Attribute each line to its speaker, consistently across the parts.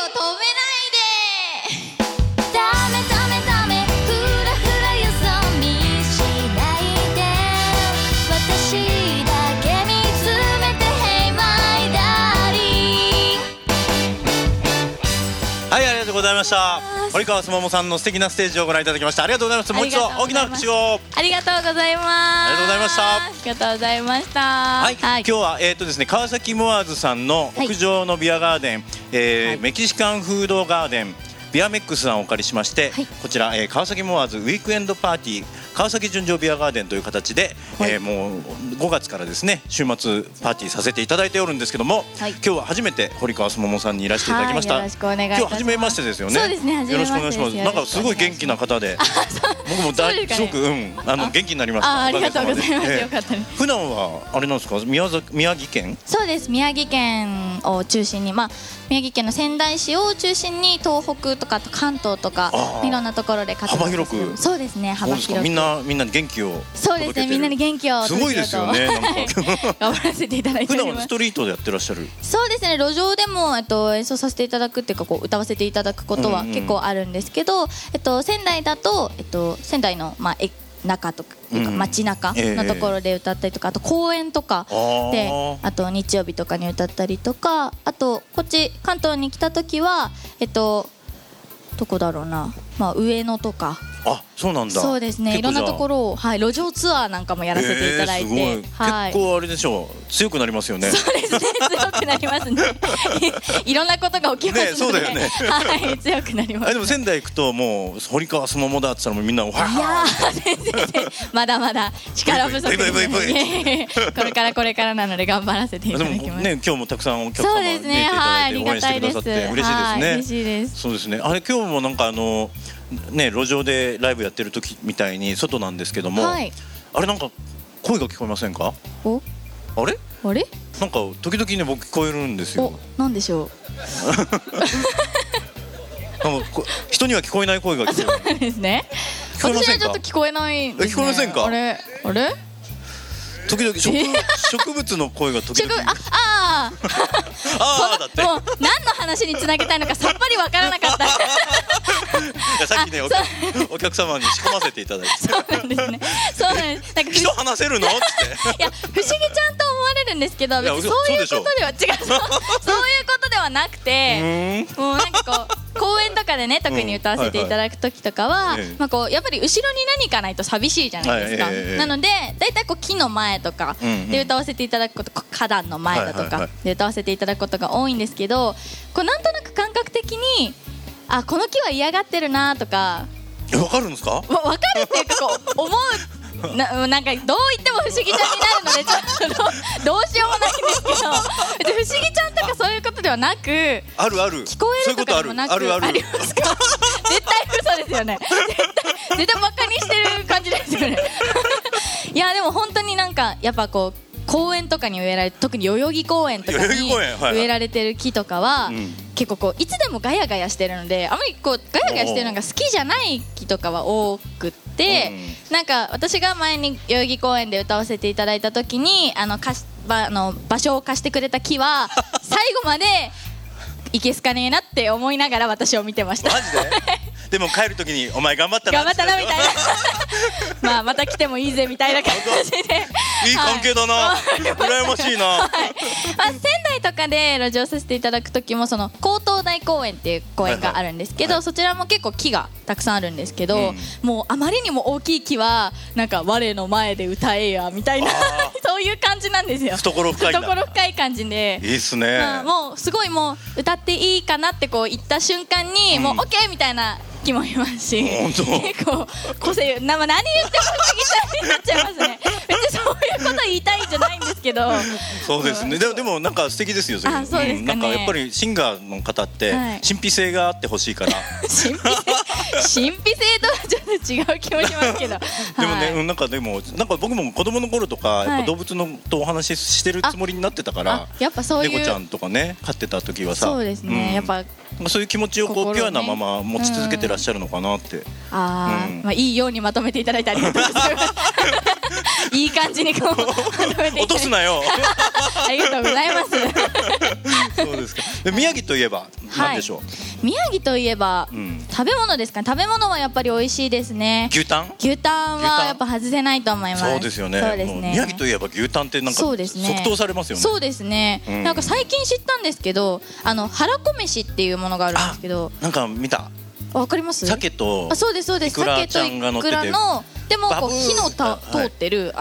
Speaker 1: 止めないでダメダメダメフラフラよそ見しないで私だけ見つめて Hey my darling。
Speaker 2: はい、ありがとうございました。堀川すももさんの素敵なステージをご覧いただきました。ありがとうございます。もう一度大きな拍手を。
Speaker 1: ありがとうございます。
Speaker 2: ありがとうございました。
Speaker 1: ありがとうございました。
Speaker 2: はい、今日はですね、川崎モアーズさんの屋上のビアガーデン、メキシカンフードガーデンビアメックスさんをお借りしまして、こちら、川崎モアーズウィークエンドパーティー川崎純情ビアガーデンという形で、もう5月からですね週末パーティーさせていただいておるんですけども、今日は初めて堀川すももさんにいらしていただきました。
Speaker 1: よろしくお願いいたします。
Speaker 2: 今日初めましてですよね。
Speaker 1: そうですね、初めましてです。
Speaker 2: よろしくお願いします。なんかすごい元気な方で僕もすごく元気になりました。
Speaker 1: ありがとうございます。よかったです。
Speaker 2: 普段はあれなんですか、宮城県？
Speaker 1: そうです、宮城県を中心に、宮城県の仙台市を中心に東北とか関東とかいろんなところで活動してます。
Speaker 2: 幅広く。
Speaker 1: そうですね、幅広く。
Speaker 2: みんなに元気を。
Speaker 1: そうですね、みんなに元気を。
Speaker 2: すごいですよね。
Speaker 1: 頑張らせていただいております。
Speaker 2: 普段はストリートでやってらっしゃる？
Speaker 1: そうですね、路上でも演奏させていただくっていうか歌わせていただくことは結構あるんですけど、仙台だと仙台の中とか街中のところで歌ったりとか、あと公園とかで、あと日曜日とかに歌ったりとか、あとこっち関東に来た時はどこだろうな、上野とか。
Speaker 2: あ、そうなんだ。
Speaker 1: そうですね、いろんなところを路上ツアーなんかもやらせていただいて、
Speaker 2: 結構あれでしょう、強くなりますよね。
Speaker 1: そうですね、強くなりますね。いろんなことが起きますので、はい、強くなります。
Speaker 2: でも仙台行くともう堀川すももだって言ったらみんなわー。
Speaker 1: いや全然まだまだ力不足です。これからなので頑張らせていただきます。
Speaker 2: 今日もたくさんお客様に出ていただいて応援してくださって嬉しいですね。
Speaker 1: 嬉しいです。
Speaker 2: そうですね。あれ今日もなんか路上でライブやってる時みたいに外なんですけども、あれなんか声が聞こえませんか？あれなんか時々ね僕聞こえるんですよ。
Speaker 1: なんでしょう。
Speaker 2: なんか人には聞こえない声が聞こえる。そうなん
Speaker 1: ですね。私はちょっと聞こえないですね。
Speaker 2: 聞こえませんか？あれ時々植物の声が時々。だって
Speaker 1: もう何の話につなげたいのかさっぱりわからなかった。
Speaker 2: さっきねお客様に仕込ませていただいて。
Speaker 1: そうなんですね。そうなんです。なんか
Speaker 2: 人話せるのって。
Speaker 1: いや不思議ちゃんと思われるんですけど、別にそういうことでは違う。そういうことではなくて、もうなんかこう公園とかでね、特に歌わせていただく時とかは、こうやっぱり後ろに何かないと寂しいじゃないですか。なのでだいたいこう木の前とかで歌わせていただくこと、花壇の前だとかで歌わせていただくことが多いんですけど、こうなんとなく感覚的にこの木は嫌がってるなとか。
Speaker 2: わかるんですか？
Speaker 1: わかるっていうかこう思う。なんかどう言っても不思議ちゃんになるのでちょっとどうしようもないんですけど、不思議ちゃんとかそういうことではなく、
Speaker 2: ある
Speaker 1: 聞こえるとかでもなく、ありますか？絶対嘘ですよね。絶対バカにしてる感じですよね。いやでも本当になんかやっぱこう公園とかに植えられて、特に代々木公園とかに植えられてる木とかは結構こういつでもガヤガヤしてるので、あまりこうガヤガヤしてるのが好きじゃない木とかは多くって、なんか私が前に代々木公園で歌わせていただいた時に場所を貸してくれた木は最後までいけすかねえなって思いながら私を見てました。
Speaker 2: マジで？でも帰る時にお前頑張ったなみたい
Speaker 1: なまた来てもいいぜみたいな感じで
Speaker 2: いい関係だな、羨ましいな。
Speaker 1: 仙台とかで路上させていただく時も、その江東台公園っていう公園があるんですけど、そちらも結構木がたくさんあるんですけど、もうあまりにも大きい木はなんか我の前で歌えやみたいなそういう感じなんですよ。
Speaker 2: 懐深
Speaker 1: い感じで、
Speaker 2: いいっすね。
Speaker 1: もうすごいもう歌っていいかなってこう言った瞬間にもう OK みたいな木もいますし、結構個性何言っても不思議ちゃんになっちゃいますね。別にそういうこと言いたいんじゃないんですけど。
Speaker 2: そうですね。でもなんか素敵ですよ。
Speaker 1: そうですかね。
Speaker 2: なんかやっぱりシンガーの方って神秘性があってほしいから。
Speaker 1: 神秘性とはちょっと違う気もしますけど。
Speaker 2: でもね、なんか僕も子供の頃とかやっぱ動物のとお話ししてるつもりになってたから、
Speaker 1: やっぱそういう
Speaker 2: 猫ちゃんとかね飼ってた時はさ、
Speaker 1: そうですね。やっぱ
Speaker 2: そういう気持ちをこうピュアなまま持ち続けてらっしゃるのかなって。
Speaker 1: いいようにまとめていただいてありがとうございます。いい感じにこうまとめていただいて。
Speaker 2: 落とすなよ。
Speaker 1: ありがとうございます。
Speaker 2: そうですか。 宮城といえば何でしょう。
Speaker 1: 宮城といえば食べ物ですかね。食べ物はやっぱり美味しいですね。
Speaker 2: 牛タン
Speaker 1: はやっぱ外せないと思います。
Speaker 2: そうですよね。宮城といえば牛タンってなんか即答されますよね。
Speaker 1: そうですね。なんか最近知ったんですけど、はらこ飯っていうものがあるんですけど、
Speaker 2: なんか見た。
Speaker 1: わかります？
Speaker 2: 鮭と
Speaker 1: そうですそうです。鮭とイクラのでもこう火の通ってる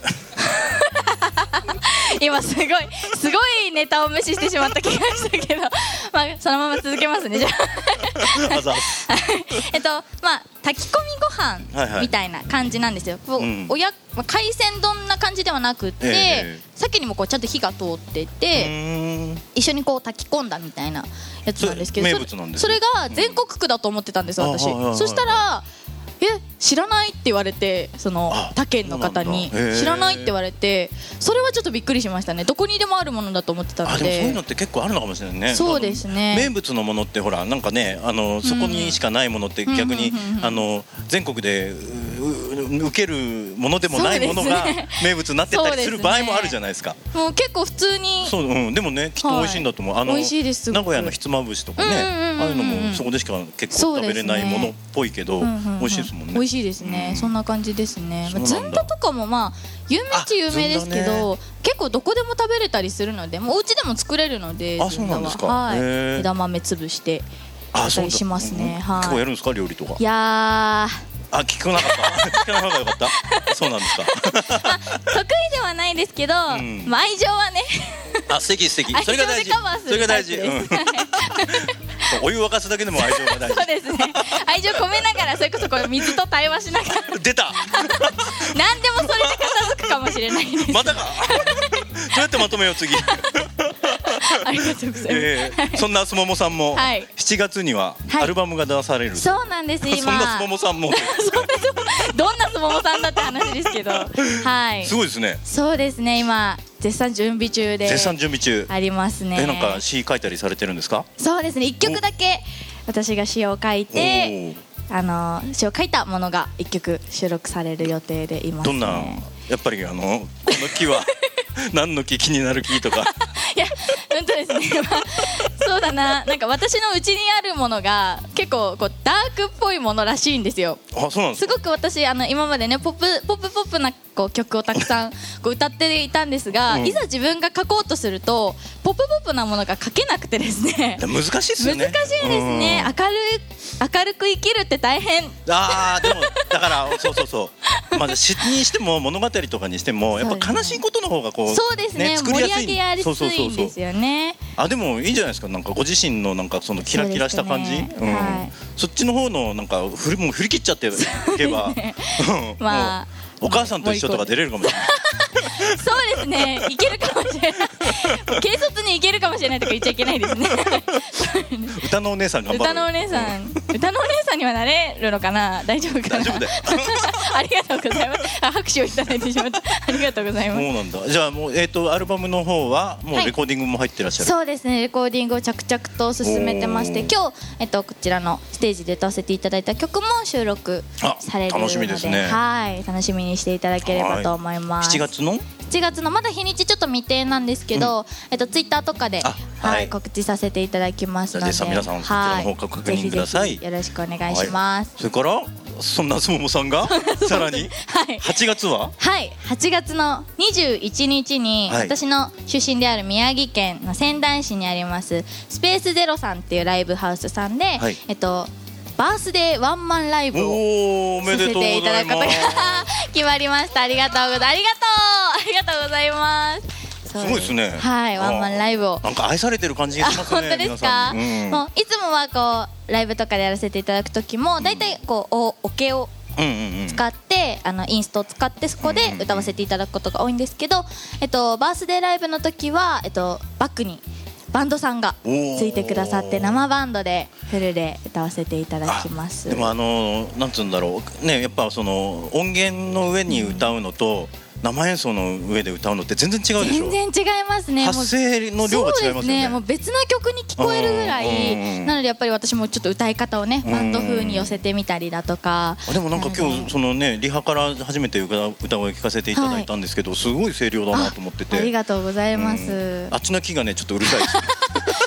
Speaker 1: 今すごいネタを無視してしまった気がしたけど、まあそのまま続けますね。じゃあまあ炊き込みご飯みたいな感じなんですよ。海鮮丼な感じではなくて、鮭にもこうちゃんと火が通ってて、一緒にこう炊き込んだみたいなやつなんですけど、それが全国区だと思ってたんですよ、私。そしたら知らないって言われて、その他県の方に知らないって言われて、それはちょっとびっくりしましたね。どこにでもあるものだと思ってたので。
Speaker 2: でもそういうのって結構あるのかもしれないね。
Speaker 1: そうですね。
Speaker 2: 名物のものってほらなんかね、そこにしかないものって逆に全国で受けるものでもないものが名物になってたりする場合もあるじゃないですか。
Speaker 1: もう結構普通に。
Speaker 2: でもね、きっと美味しいんだと思う。
Speaker 1: 美味しいです。
Speaker 2: 名古屋のひつまぶしとかね、ああいうのもそこでしか結構食べれないものっぽいけど美味しいですもんね。
Speaker 1: 美味しいですね。そんな感じですね。ずんだとかもまあ有名っちゃ有名ですけど、結構どこでも食べれたりするので、もうお家でも作れるので、
Speaker 2: そうなんですか。
Speaker 1: 枝豆潰してやったりしますね。
Speaker 2: 結構やるんですか、料理とか。
Speaker 1: いや
Speaker 2: 聞かなかった聞かなかったよかったそうなんですか
Speaker 1: 得意ではないですけど、愛情はね
Speaker 2: 素敵それが大事。それが大事。お湯沸かすだけでも愛情が大事。
Speaker 1: そうですね。愛情込めながら、それこそこう水と対話しながら
Speaker 2: 出た
Speaker 1: 何でもそれで片付くかもしれないです。
Speaker 2: またかどうやってまとめよう次
Speaker 1: ありがとうございます。
Speaker 2: そんなすももさんも7月にはアルバムが出される。
Speaker 1: そうなんです。今
Speaker 2: そんなすももさんも
Speaker 1: どんなすももさんだって話ですけど、
Speaker 2: すごいですね。
Speaker 1: そうですね。今絶賛準備中でありますね。
Speaker 2: なんか詩書いたりされてるんですか？
Speaker 1: そうですね。1曲だけ私が詩を書いて、詩を書いたものが1曲収録される予定でいますね。
Speaker 2: どんな、やっぱりこの木は何の木、気になる木とか
Speaker 1: いや本当ですね。そうだな、なんか私のうちにあるものが結構こうダークっぽいものらしいんですよ。
Speaker 2: そうなんですか。
Speaker 1: すごく私今までねポップなこう曲をたくさんこう歌っていたんですが、いざ自分が書こうとするとポップなものが書けなくてですね。
Speaker 2: 難しいですよね。
Speaker 1: 難しいですね。明るく生きるって大変。
Speaker 2: でもだからそうまあ詩にしても物語とかにしてもやっぱ悲しいことの方がこう
Speaker 1: そうですね、盛り上げやすいんですよね。
Speaker 2: でもいいんじゃないですか。なんかご自身のなんかそのキラキラした感じ、そっちの方のなんかもう振り切っちゃっていけばまあお母さんと一緒とか出れるかもしれない。
Speaker 1: そうですね、いけるかもしれない。軽率にいけるかもしれないとか言っちゃいけないですね。
Speaker 2: 歌のお姉さん頑張る。
Speaker 1: 歌のお姉さんにはなれるのかな。大丈夫かな。
Speaker 2: 大丈夫だよ。
Speaker 1: ありがとうございます。拍手をいただいてしまった。ありがとうございます。
Speaker 2: そうなんだ。じゃあもうアルバムの方はもうレコーディングも入ってらっしゃる。
Speaker 1: そうですね、レコーディングを着々と進めてまして、今日こちらのステージで歌わせていただいた曲も収録されるので、
Speaker 2: 楽しみですね。
Speaker 1: 楽しみにしていただければと思います。
Speaker 2: 7月の
Speaker 1: まだ日にちちょっと未定なんですけど、ツイッターとかで告知させていただきますので、
Speaker 2: 皆さんそちらの方確認ください。
Speaker 1: よろしくお願いします。
Speaker 2: それからそんなすももさんがさらに8月は
Speaker 1: 8月の21日に私の出身である宮城県の仙台市にありますスペースゼロさんっていうライブハウスさんでバースデーワンマンライブをさせていただくことが決まりました。ありがとうございます。
Speaker 2: すごいですね。
Speaker 1: ワンマンライブを
Speaker 2: なんか愛されてる感じがしますね。
Speaker 1: 本当ですか。もういつもはこうライブとかでやらせていただく時もだいたいこうオケを使ってインストを使ってそこで歌わせていただくことが多いんですけど、バースデーライブの時はバックにバンドさんがついてくださって生バンドでフルで歌わせていただきます。
Speaker 2: でもなんつうんだろうね、やっぱその音源の上に歌うのと生演奏の上で歌うのって全然違うでしょ。
Speaker 1: 全然違いますね。
Speaker 2: 発声の量が違いますよね。
Speaker 1: もう別な曲に聞こえるぐらいなので、やっぱり私もちょっと歌い方をねバンド風に寄せてみたりだとか。
Speaker 2: でもなんか今日そのねリハから初めて歌声聞かせていただいたんですけど、すごい声量だなと思ってて。
Speaker 1: ありがとうございます。
Speaker 2: あっちの木がねちょっとうるさいです。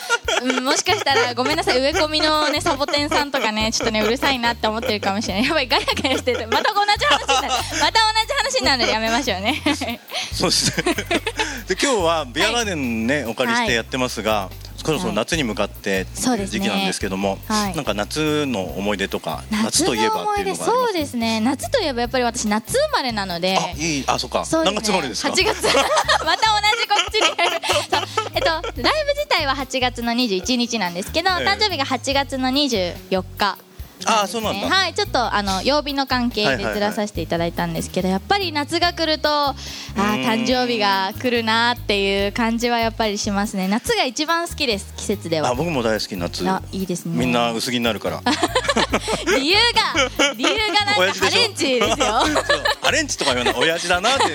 Speaker 1: もしかしたらごめんなさい、植え込みのねサボテンさんとかねちょっとねうるさいなって思ってるかもしれない。やばい、ガヤガヤしててまた同じ話になるのでやめましょうね。
Speaker 2: そうですね。で今日はビアガーデンね、お借りしてやってますが、そろそろ夏に向かって時期なんですけども、なんか夏の思い出とか、夏といえばっていうのがあります。
Speaker 1: そうですね、夏といえばやっぱり私夏生まれなので。
Speaker 2: そうか。何月生まれですか？
Speaker 1: 8月。また同じ告知に。ライブ自体は8月の21日なんですけど、誕生日が8月の24日。
Speaker 2: そうなんだ。
Speaker 1: はい、ちょっと曜日の関係でずらさせていただいたんですけど、やっぱり夏が来ると誕生日が来るなっていう感じはやっぱりしますね。夏が一番好きです、季節では。
Speaker 2: 僕も大好き、夏。
Speaker 1: いいですね。
Speaker 2: みんな薄着になるから。
Speaker 1: 理由がなんかハレンチですよ。
Speaker 2: ハレンチとか言わない、親父だなって。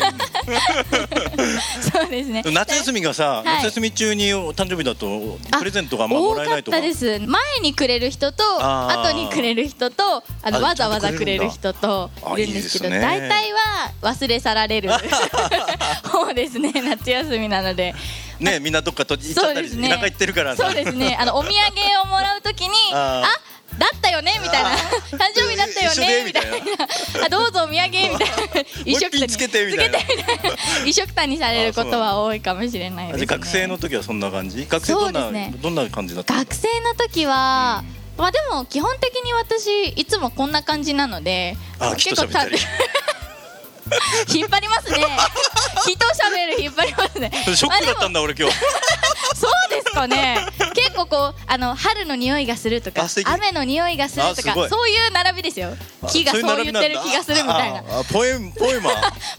Speaker 1: そうですね。
Speaker 2: 夏休みがさ、夏休み中に誕生日だとプレゼントがもらえないとか。
Speaker 1: 多かったです。前にくれる人と後にくれる人とわざわざくれる人といるんですけど、大体は忘れ去られる方ですね、夏休みなので
Speaker 2: ね。みんなどっか行っちゃったり田舎行ってるから。
Speaker 1: そうですね、お土産をもらうときにだったよねみたいな、誕生日だったよねみたいな、どうぞお土産みたいな、
Speaker 2: 一緒くたにつけてみたいな、
Speaker 1: 一緒くたにされることは多いかもしれないですね。
Speaker 2: 学生の時はそんな感じ？学生どんな感じだった？
Speaker 1: 学生の時はでも基本的に私いつもこんな感じなので、
Speaker 2: 結構
Speaker 1: 引っ張りますね。人しゃべる引っ張りますね。
Speaker 2: ショックだったんだ俺今日。
Speaker 1: そうですかね。結構こう春の匂いがするとか雨の匂いがするとか、そういう並びですよ。木がそう言ってる気がするみたいな。
Speaker 2: ポエマ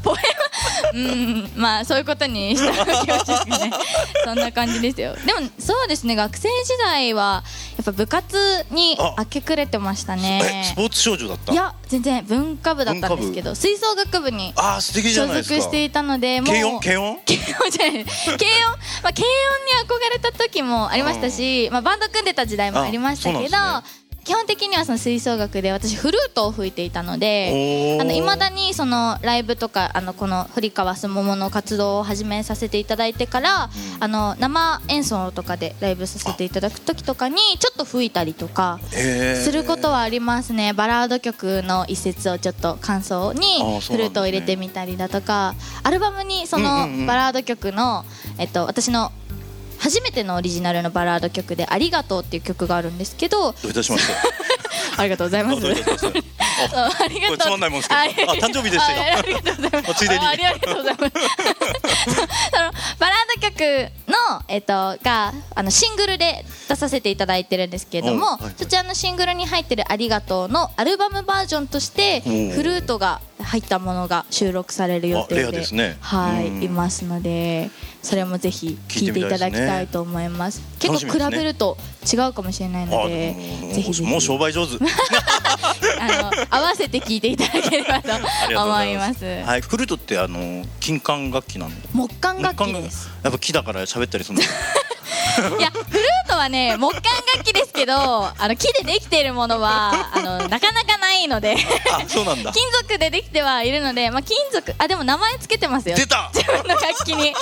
Speaker 1: まあそういうことにしておきましょうかね。そんな感じですよ。でもそうですね、学生時代はやっぱ部活に明け暮れてましたね。
Speaker 2: スポーツ少女だった？
Speaker 1: いや全然文化部だったんですけど、吹奏楽部に
Speaker 2: 素敵じゃないですか。
Speaker 1: 所属していたので、もう
Speaker 2: 軽音じゃない。
Speaker 1: 軽音に憧れた時もありましたし、バンド組んでた時代もありましたけど、基本的にはその吹奏楽で私フルートを吹いていたので、いまだにそのライブとかこの堀川すももの活動を始めさせていただいてから、生演奏とかでライブさせていただく時とかにちょっと吹いたりとかすることはありますね。バラード曲の一節をちょっと感想にフルートを入れてみたりだとか、アルバムにそのバラード曲の私の初めてのオリジナルのバラード曲で「ありがとう」っていう曲があるんですけど。
Speaker 2: どういたしまして。
Speaker 1: ありがとうございます。ありがとう。
Speaker 2: つまんないもんですけど。誕生日でしたよ。
Speaker 1: ありがとうございます。
Speaker 2: ついでに。
Speaker 1: ありがとうございます。バラード曲のがシングルで出させていただいてるんですけれども、そちらのシングルに入ってる「ありがとう」のアルバムバージョンとしてフルートが入ったものが収録される予定で、いますので、それもぜひ聴いていただきたいと思います。結構比べると違うかもしれないので、ぜひぜひ。
Speaker 2: もう商売上手。
Speaker 1: 合わせて聴いていただければと思います。
Speaker 2: はい、フルートって金管楽器なの？
Speaker 1: 木管楽器です。
Speaker 2: やっぱ木だから喋ったりするの？
Speaker 1: いや、フルートはね木管楽器ですけど、木でできているものはなかなかないので。
Speaker 2: そうなんだ。
Speaker 1: 金属でできてはいるので、金属でも名前つけてますよ。
Speaker 2: 出た。
Speaker 1: 自分の楽器に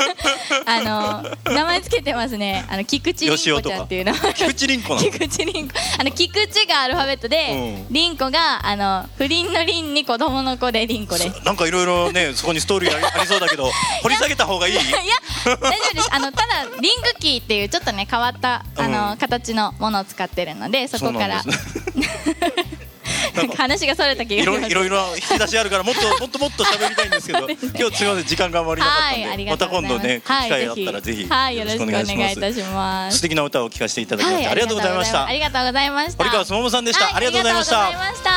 Speaker 1: 名前つけてますね。菊池凛子ちゃんっていう名前。
Speaker 2: 菊池凛子なの？
Speaker 1: 菊池凛子。菊池がアルファベットで、凛子が不倫の凛に子供の子で凛子です。
Speaker 2: なんかいろいろね、そこにストーリーありそうだけど、掘り下げた方がいい？いや、
Speaker 1: 大丈夫です。ただリングキーっていうちょっとね変わった形のものを使ってるので、そこから話がそれた気がします。
Speaker 2: いろいろ引き出しあるからもっと喋りたいんですけど、今日すみません、時間があまりなかったんで、また今度ね機会あったらぜひよろしくお願いいたします。素敵な歌を聴かせていただきましてありがとうございました。
Speaker 1: ありがとうございました。
Speaker 2: 堀川すももさんでした。ありがとうございました。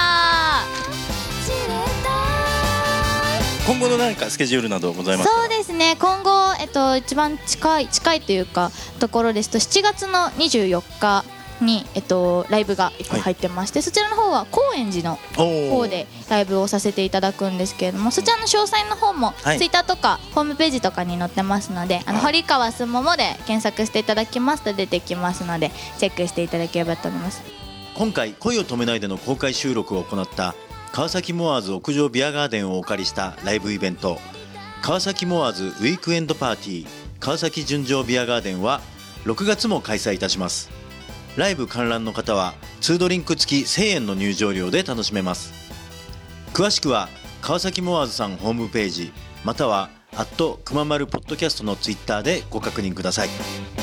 Speaker 2: 今後の何かスケジュールなどございますか？
Speaker 1: そうですね、今後一番近いというかところですと、7月の24日にライブが1個入ってまして、そちらの方は高円寺の方でライブをさせていただくんですけれども、そちらの詳細の方もツイッターとかホームページとかに載ってますので、堀川すももで検索していただきますと出てきますので、チェックしていただければと思います。
Speaker 3: 今回恋を止めないでの公開収録を行った川崎モアーズ屋上ビアガーデンをお借りしたライブイベント、川崎モアーズウィークエンドパーティー川崎純情ビアガーデンは 6月も開催いたします。ライブ観覧の方は2ドリンク付き1000円の入場料で楽しめます。詳しくは川崎モアーズさんホームページまたはくままるポッドキャストのツイッターでご確認ください。